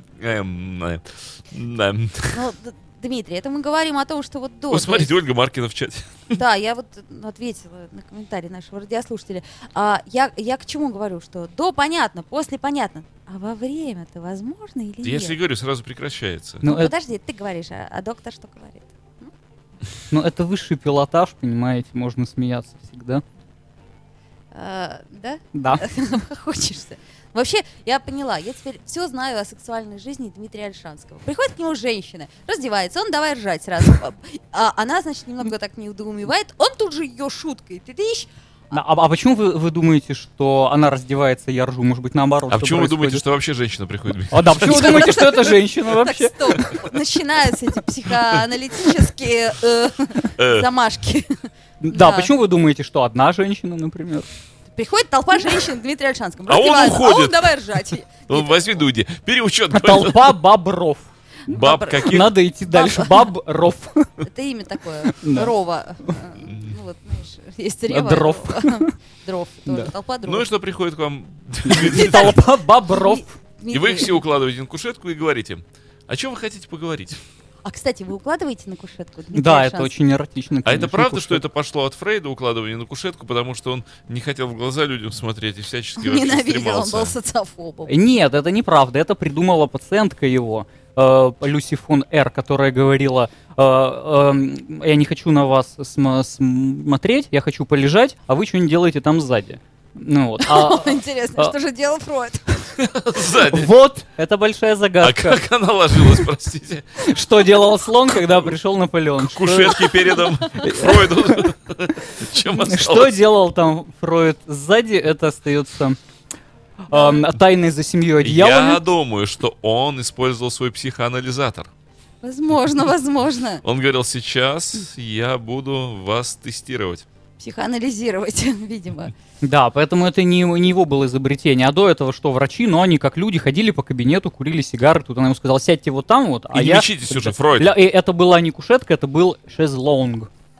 Ну, Дмитрий, это мы говорим о том, что вот до... О, смотрите, Ольга Маркина в чате. Да, я вот ответила на комментарий нашего радиослушателя. Я к чему говорю, что до понятно, после понятно. А во время-то возможно или нет? Я же и говорю, сразу прекращается. Ну, подожди, ты говоришь, а доктор что говорит? Ну, это высший пилотаж, понимаете, можно смеяться всегда. Да? Да. Хочешься. Вообще, я поняла, я теперь все знаю о сексуальной жизни Дмитрия Альшанского. Приходит к нему женщина, раздевается, он давай ржать сразу. А она, значит, немного так недоумевает, он тут же ее шуткой. Ты-тыщ. А почему вы думаете, что она раздевается, я ржу? Может быть, наоборот? А что почему вы думаете, происходит? что вообще женщина приходит? А да, почему вы думаете, что это женщина вообще? Так, стоп. Начинаются эти психоаналитические замашки. Да, почему вы думаете, что одна женщина, например? Приходит толпа женщин к Дмитрию Альшанскому. А он раздевается, уходит. А он давай ржать. Он возьми дуйди. Переучет. Толпа бобров. Баб каких? Надо идти дальше. Бобров. Это имя такое. Рова. Ну вот, знаешь, есть рева. Дров. Дров. тоже. Толпа дров. Ну и что приходит к вам? Толпа бобров. И вы их все укладываете на кушетку и говорите, о чем вы хотите поговорить? А, кстати, вы укладываете на кушетку? Дмитрий Да, Альшанский? это очень эротично. А это конечно, правда, кушать. что это пошло от Фрейда, укладывание на кушетку, потому что он не хотел в глаза людям смотреть и всячески вообще Ненавидел, он стремался? был социофобом. Нет, это неправда. Это придумала пациентка его, Люси фон Р, которая говорила, я не хочу на вас смотреть, я хочу полежать, а вы что-нибудь делаете там сзади. Ну, вот. Интересно, что же делал Фройд? Сзади. Вот, это большая А загадка. как она ложилась, простите? Что делал слон, когда пришел Наполеон? Кушетки передом Фройду. Чем Что осталось? делал там Фройд сзади, это остается тайной за семью одеялами. Я думаю, что он использовал свой психоанализатор. Возможно. Он говорил, сейчас я буду вас тестировать. Психоанализировать, видимо. Да, поэтому это не его было изобретение. А до этого что, врачи, но они как люди ходили по кабинету, курили сигары. Тут она ему сказала, сядьте вот там вот. И не мечитесь уже, Фройд. И это была не кушетка, это был шезлонг.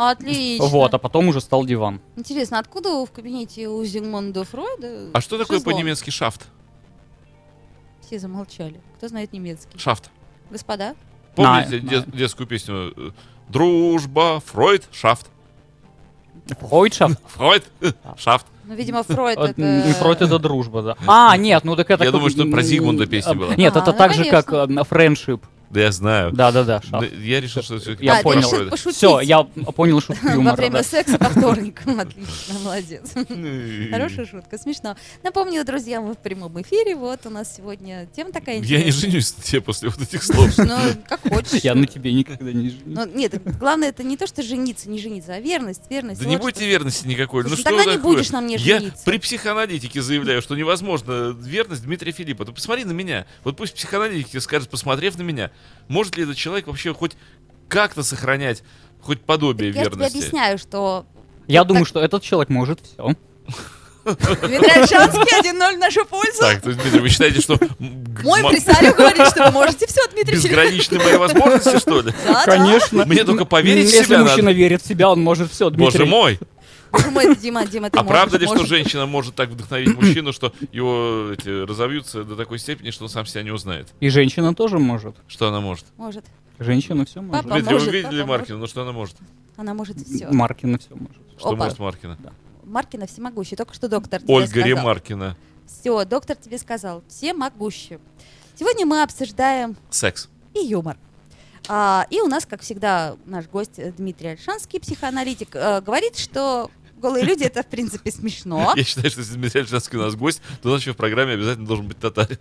Отлично. Вот, а потом уже стал диван. Интересно, откуда в кабинете у Зигмунда Фройда А что такое шезлонг? по-немецки шафт? Все замолчали. Кто знает немецкий? Шафт. Господа? Помните детскую песню «Дружба, Фройд, шафт». Фройдшафт? Фройд, шафт. Ну, видимо, Фройд Не Фройд, это... это дружба, да. А, нет, ну так это... Я думаю, что про Зигмунда песня была. Нет, это ну, так же, как конечно. friendship. Да, я знаю. Да-да-да, Да, шафт. я решил, что все-таки Я ты понял. решил пошутить. Все, я понял шутку Во юмора. время да. секса по вторникам. Отлично, молодец. Хорошая шутка, смешно. Напомню, друзья, мы в прямом эфире. Вот у нас сегодня тема такая интересная. Я не женюсь на тебе после вот этих слов. Ну, как хочешь. Я на тебе никогда не женюсь. Ну, нет, главное, это не то, что жениться, не жениться, а верность. Да вот не что. будете верности никакой. Ну Слушай, что тогда не такое? будешь на мне Я жениться. при психоаналитике заявляю, что невозможно верность Дмитрия Филиппова. Ты посмотри на меня. Вот пусть психоаналитик тебе скажет, посмотрев на меня, может ли этот человек вообще хоть как-то сохранять хоть подобие Я тебе верности. объясняю, что Я думаю, что этот человек может все. Дмитрий Альшанский 1-0 в нашу пользу. Так, то есть, Дмитрий, вы считаете, что Мой пресарю говорит, что вы можете все, Дмитрий Филиппович. безграничны мои возможности, что ли? Да, Конечно. Мне только поверить в Если себя мужчина надо. верит в себя, он может все, Дмитрий. Боже мой! Боже мой, Дима, ты А можешь, правда ли, что можешь. женщина может так вдохновить мужчину, что его разовьются до такой степени, что он сам себя не узнает? И женщина тоже может. Что она может? Может. Женщина все может. Папа Дмитрий, вы может, видели папа Маркина? Ну что она может? Она может все. Маркина все может. Что Опа. может Маркина? Маркина всемогущий. Только что доктор тебе Ольга сказал. Ремаркина. Все, доктор тебе сказал. Всемогущий. Сегодня мы обсуждаем Секс. и юмор. И у нас, как всегда, наш гость Дмитрий Альшанский, психоаналитик, говорит, что голые люди — это, в принципе, смешно. Я считаю, что если Дмитрий Альшанский у нас гость, то у нас еще в программе обязательно должен быть татарин.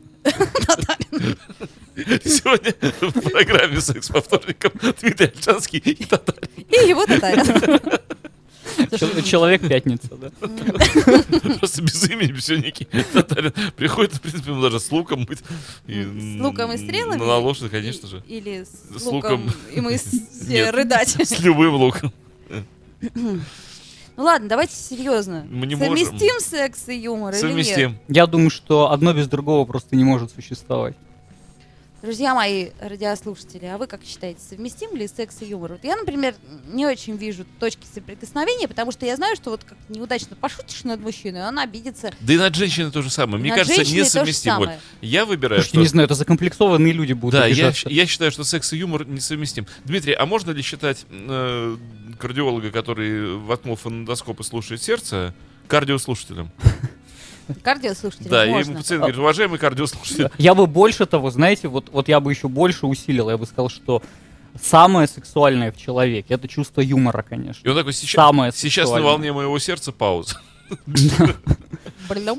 Сегодня в программе «Секс по вторникам» Дмитрий Альшанский и татарин. И его татарин. Человек пятница, да. Просто без имени, все некий татарин. Приходит, в принципе, ему даже с луком быть. С луком и стрелами? На лошади, конечно же. Или С с луком, луком. и мы все Нет. рыдать. С любым луком. Ну ладно, давайте серьезно. Мы не можем. Совместим секс и юмор или нет? Совместим. Я думаю, что одно без другого просто не может существовать. Друзья мои радиослушатели, а вы как считаете, совместим ли секс и юмор? Вот я, например, не очень вижу точки соприкосновения, потому что я знаю, что вот как неудачно пошутишь над мужчиной, он обидится. Да и над женщиной то же самое. Мне Над кажется, женщиной то же несовместимо. Вот самое. Я выбираю, Слушайте, не знаю, это закомплексованные люди будут Да, я обижаться. считаю, что секс и юмор несовместим. Дмитрий, а можно ли считать кардиолога, который воткнул фонендоскоп и слушает сердце, кардиослушателем? Кардиослушатели, Да, и ему можно. пациент говорит: уважаемый кардиослушатель. Я бы больше того, знаете, вот я бы еще больше усилил, я бы сказал, что самое сексуальное в человеке — это чувство юмора, конечно. И он такой: Самое сейчас на сексуальное. волне моего сердца пауза. Блин.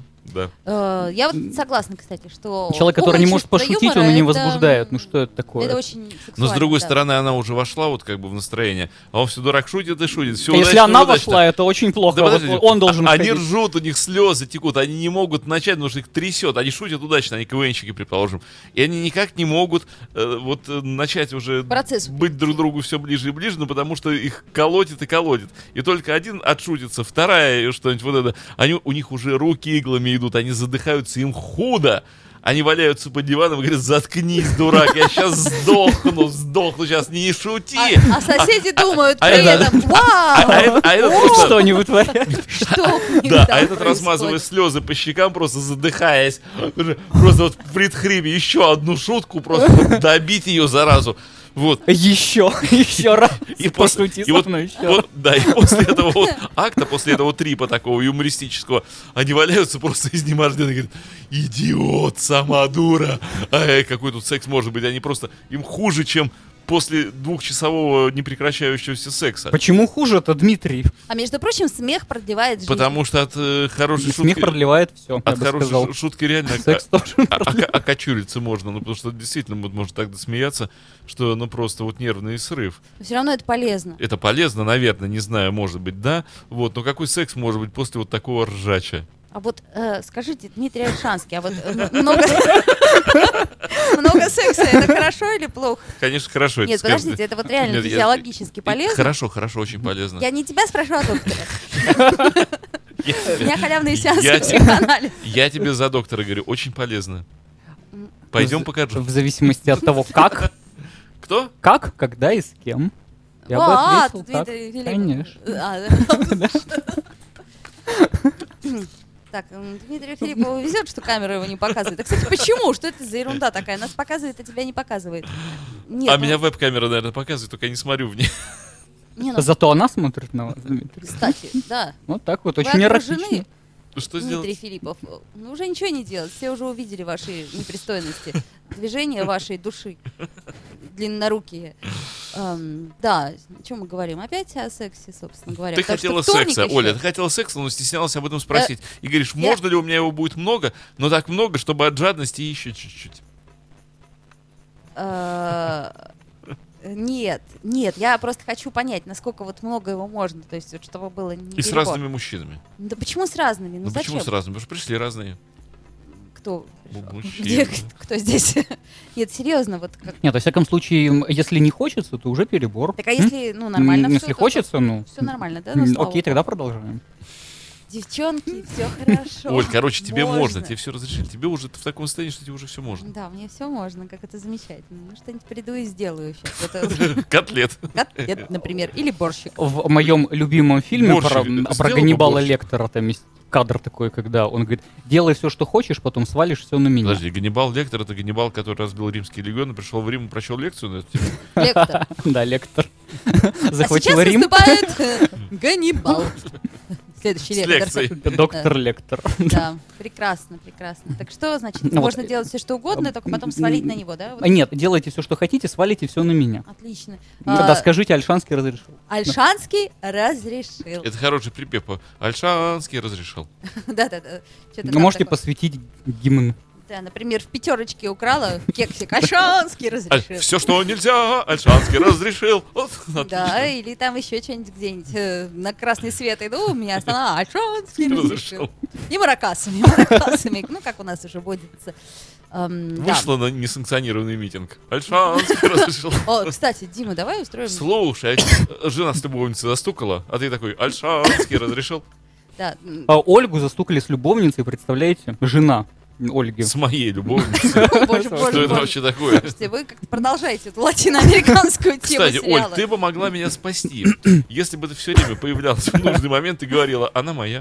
Да. Я вот согласна, кстати, что... Человек, который не может чувство пошутить, юмора он и не это- возбуждает. Ну что это такое? Это очень сексуально. Но с другой да. стороны, она уже вошла вот как бы в настроение, а он все дурак шутит и шутит. Все Если она вошла, это очень плохо. Да Вот подождите, он должен они входить. ржут, у них слезы текут, они не могут начать, потому что их трясет, они шутят удачно, они КВНщики, предположим, и они никак не могут начать уже Процесс. быть друг другу все ближе и ближе, ну потому что их колотит и колотит. И только один отшутится, вторая что-нибудь вот это, у них уже руки иглами идут, они задыхаются, им худо. Они валяются под диваном и говорят: заткнись, дурак, я сейчас сдохну, сейчас не шути. А соседи думают а при это- этом: вау! это просто... Что они вытворяют? Что у них Да, там а этот размазывает слезы по щекам, просто задыхаясь. Просто вот в предхрипе еще одну шутку, просто вот добить ее заразу. Вот. Еще раз. Пошути со вот, мной еще. вот, да, и после этого вот акта, после этого трипа такого юмористического, они валяются просто изнеможденные, говорят: идиот, сама дура. Какой тут секс может быть? Они просто, им хуже, чем после 2-часового непрекращающегося секса. Почему хуже-то, Дмитрий? А между прочим, смех продлевает жизнь. Потому что от хорошей Смех шутки... продлевает все, я От бы хорошей сказал. шутки реально Секс тоже продлевает. окочуриться можно, ну потому что действительно вот можно так досмеяться, что ну просто вот нервный срыв. Все равно это полезно. Это полезно, наверное, не знаю, может быть, да, вот, но какой секс может быть после вот такого ржача? А вот скажите, Дмитрий Альшанский, а вот много секса — это хорошо или плохо? Конечно, хорошо. Нет, это сказать. подождите, это вот реально Нет, я- физиологически полезно. Хорошо, очень полезно. Я не тебя спрашиваю, а доктора. У меня халявные сеансы Я- психоанализа. Я тебе за доктора говорю, очень полезно. Пойдем покажу. В зависимости от того, как, Кто? когда и с кем. Я бы ответил так, Дмитрий Филиппов. конечно. Так, Дмитрию Филиппову везет, что камера его не показывает. А, кстати, почему? Что это за ерунда такая? Нас показывает, а тебя не показывает. Нет, Меня веб-камера, наверное, показывает, только я не смотрю в ней. Зато она смотрит на вас, Дмитрий. Кстати, да. Вот так вот, Вы очень эротично. окружены, Что Дмитрий сделать? Филиппов. Ну, уже ничего не делать. Все уже увидели ваши непристойности. Движения вашей души. Длиннорукие. Да, о чем мы говорим? Опять о сексе, собственно говоря. Ты Потому что хотела вторник секса, еще. Оля, ты хотела секса, но стеснялась об этом спросить. И говоришь, можно ли у меня его будет много, но так много, чтобы от жадности еще чуть-чуть. Нет, я просто хочу понять, насколько вот много его можно, то есть, вот, чтобы было не И с перебор. разными мужчинами. Да почему с разными? Ну, Ну зачем? почему с разными? Потому что пришли разные Кто? мужчины. Где? Кто здесь? Нет, серьезно, вот как... Нет, во всяком случае, если не хочется, то уже перебор. Так а если, ну, нормально Если хочется, ну... Все нормально, да? Ну, слава Окей, богу. тогда продолжаем. Девчонки, все хорошо. Оль, короче, тебе можно, тебе все разрешили. Тебе уже в таком состоянии, что тебе уже все можно. Да, мне все можно, как это замечательно. Ну, что-нибудь приду и сделаю сейчас. Это Котлет. котлет, например, или борщик. В моем любимом фильме Борщик. про Сделал бы Ганнибала борщик. Лектора там есть кадр такой, когда он говорит, делай все, что хочешь, потом свалишь все на меня. Подожди, Ганнибал Лектор — это Ганнибал, который разбил римские легионы, пришел в Рим и прочел лекцию на эту тему. Лектор. Да, Лектор. А Захватил сейчас Рим. выступает Ганнибал. Следующий С лектор. лекцией. Доктор Лектор. Да, прекрасно, прекрасно. Так что, значит, Ну, можно вот, делать все, что угодно, только потом свалить на него, да? Вот. Нет, делайте все, что хотите, свалите все на меня. Отлично. Да, скажите, Альшанский разрешил. Альшанский разрешил. Это хороший припев. Альшанский разрешил. Да-да-да. Что-то Вы там можете такое. посвятить гимн. Да, например, в пятерочке украла кексик. Альшанский разрешил. Все, что нельзя, Альшанский разрешил. Вот, Да, отлично. или там еще что-нибудь где-нибудь на красный свет иду, у меня останавливается. Альшанский разрешил. И маракасами, ну, как у нас уже водится. Да. Вышла на несанкционированный митинг. Альшанский разрешил. О, кстати, Дима, давай устроим... Слушай, жена с любовницей застукала, а ты такой, Альшанский разрешил. Да, Ольгу застукали с любовницей, представляете? Жена Ольги. С моей любовницей. боже, Что боже, это боже. вообще такое? Слушайте, вы как-то продолжаете эту латиноамериканскую тему Кстати, Оль, сериала. ты бы могла меня спасти, если бы ты все время появлялась в нужный момент и говорила, она моя.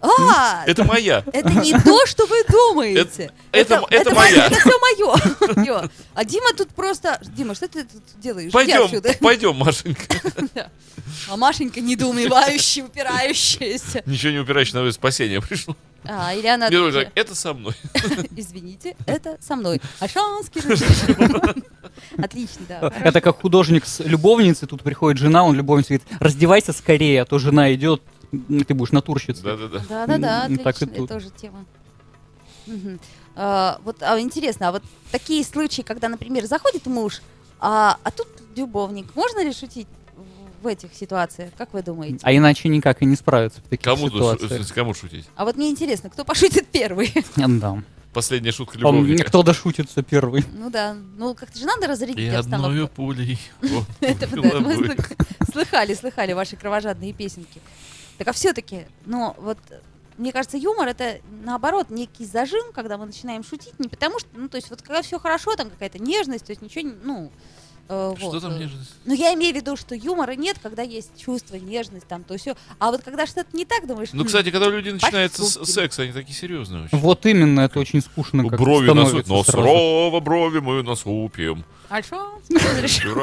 Это моя. Это не то, что вы думаете. Это моя. Это все мое. А Дима тут просто... Дима, что ты тут делаешь? Иди отсюда. Пойдем, Машенька. А Машенька недоумевающая, упирающаяся. Ничего не упирающий, на спасение пришло. Или она... Мне так, это со мной. Извините, это со мной. Альшанский разрешил. Отлично, да. Это как художник с любовницей, тут приходит жена, он любовнице говорит, раздевайся скорее, а то жена идет, ты будешь натурщицей. Да-да-да. Да-да-да, Так и отличная тут. тоже тема. Мгм. Интересно, а вот такие случаи, когда, например, заходит муж, а тут любовник, можно ли шутить в этих ситуациях, как вы думаете? А иначе никак и не справиться в таких Кому тут, ситуациях. кому шутить? А вот мне интересно, кто пошутит первый? Да. Последняя шутка любовника. Кто дошутится первый. Ну да, ну как-то же надо разрядить И одною обстановку. пулей. Это да, мы слыхали ваши кровожадные песенки. Так а все-таки, ну вот, мне кажется, юмор это наоборот некий зажим, когда мы начинаем шутить, не потому что, ну то есть вот когда все хорошо, там какая-то нежность, то есть ничего, ну. Что там нежность? Ну, я имею в виду, что юмора нет, когда есть чувство, нежность, там, то все. А вот когда что-то не так, думаешь... Ну, кстати, когда люди начинают с пошутим. секса, они такие серьезные очень. Вот именно, это очень скучно как Брови становится но сразу. сурово брови мы насупим. Альшанский разрешил.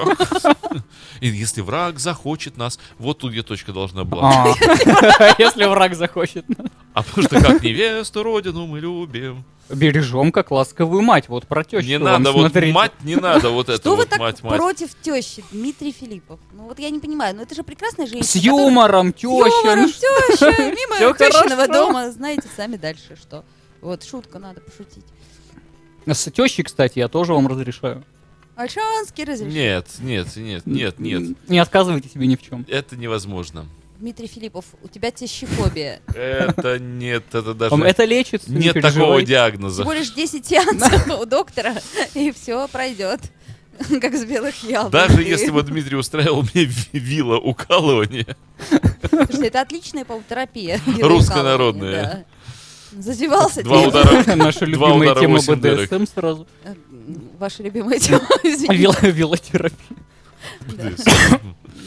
И если враг захочет нас, вот тут где точка должна была. Если враг захочет. А потому что как невесту родину мы любим. Бережем как ласковую мать, вот про тещу Не вам надо, вот смотрите. мать не надо, вот это Что вы вот так мать. против тещи, Дмитрий Филиппов? Ну вот я не понимаю, ну это же прекрасная женщина. С юмором, теща. Юмором, теща, Всё мимо тещиного хорошо. дома, знаете, сами дальше что. Вот, шутка, надо пошутить. С тещей, кстати, я тоже вам разрешаю. Альшанский разрешил. Нет. Не отказывайте себе ни в чем. Это невозможно. Дмитрий Филиппов, у тебя тещефобия. Это нет, это даже... Это лечится, не Нет такого переживайте. диагноза. Всего лишь 10 сеансов у доктора, и все пройдет. Как с белых яблок. Даже если бы Дмитрий устраивал мне вилоукалывание. Слушайте, это отличная, по-моему, терапия. Руссконародная. Да. Зазевался. Два Дима. удара. Наша Два любимая удара, тема 8 дырок. БДСМ сразу. Ваша любимая тема, извините. Велотерапия.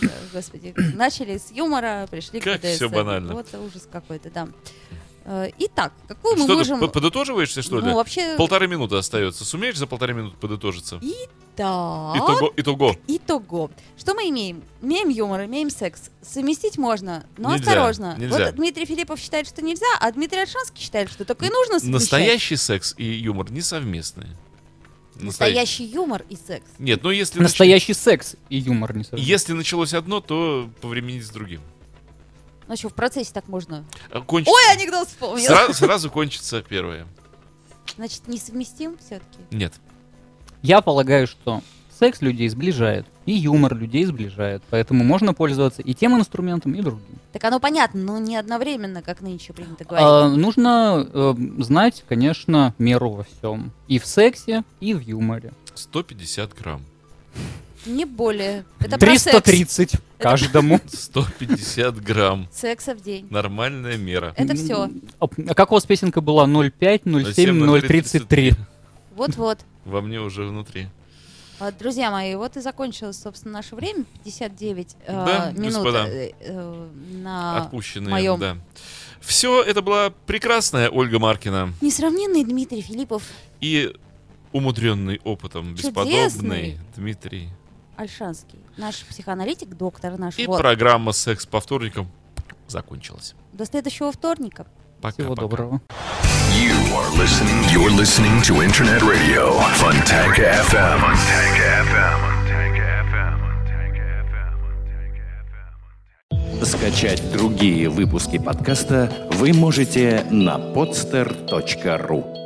Господи, начали с юмора, пришли к Как БДСМ. всё банально. Вот ужас какой-то, да. Итак, какую мы Что можем... ты подытоживаешься, что ли? Ну, вообще... 1,5 минуты остается. Сумеешь за 1,5 минуты подытожиться? Итак... Итого. Что мы имеем? Имеем юмор, имеем секс. Совместить можно, но Нельзя, осторожно. нельзя. Вот Дмитрий Филиппов считает, что нельзя, а Дмитрий Ольшанский считает, что только и нужно совмещать. Настоящий секс и юмор не совместные. Настоящий юмор и секс. Нет, ну если... Настоящий секс и юмор не совместные. Если началось одно, то повременить с другим. Ну что, в процессе так можно... Кончится... Ой, анекдот вспомнил. Сразу кончится первое. Значит, несовместим все-таки? Нет. Я полагаю, что секс людей сближает, и юмор людей сближает. Поэтому можно пользоваться и тем инструментом, и другим. Так оно понятно, но не одновременно, как нынче принято говорить. Нужно знать, конечно, меру во всем. И в сексе, и в юморе. 150 грамм. Не более. Это про секс. 330 каждому. 150 грамм. Секса в день. Нормальная мера. Это все. А как у вас песенка была? 0,5, 0,7, 0,33. Вот-вот. Во мне уже внутри. Друзья мои, вот и закончилось, собственно, наше время. 59 Да, минут господа. на Отпущенные, моем. да. Все, это была прекрасная Ольга Маркина. Несравненный Дмитрий Филиппов. И умудренный опытом, Чудесный. бесподобный Дмитрий. Альшанский. Наш психоаналитик, доктор наш. И вот. программа «Секс по вторникам» закончилась. До следующего вторника. Пока, Всего пока. доброго. You're listening to Internet Radio, Fontanka FM. Скачать другие выпуски подкаста вы можете на podster.ru.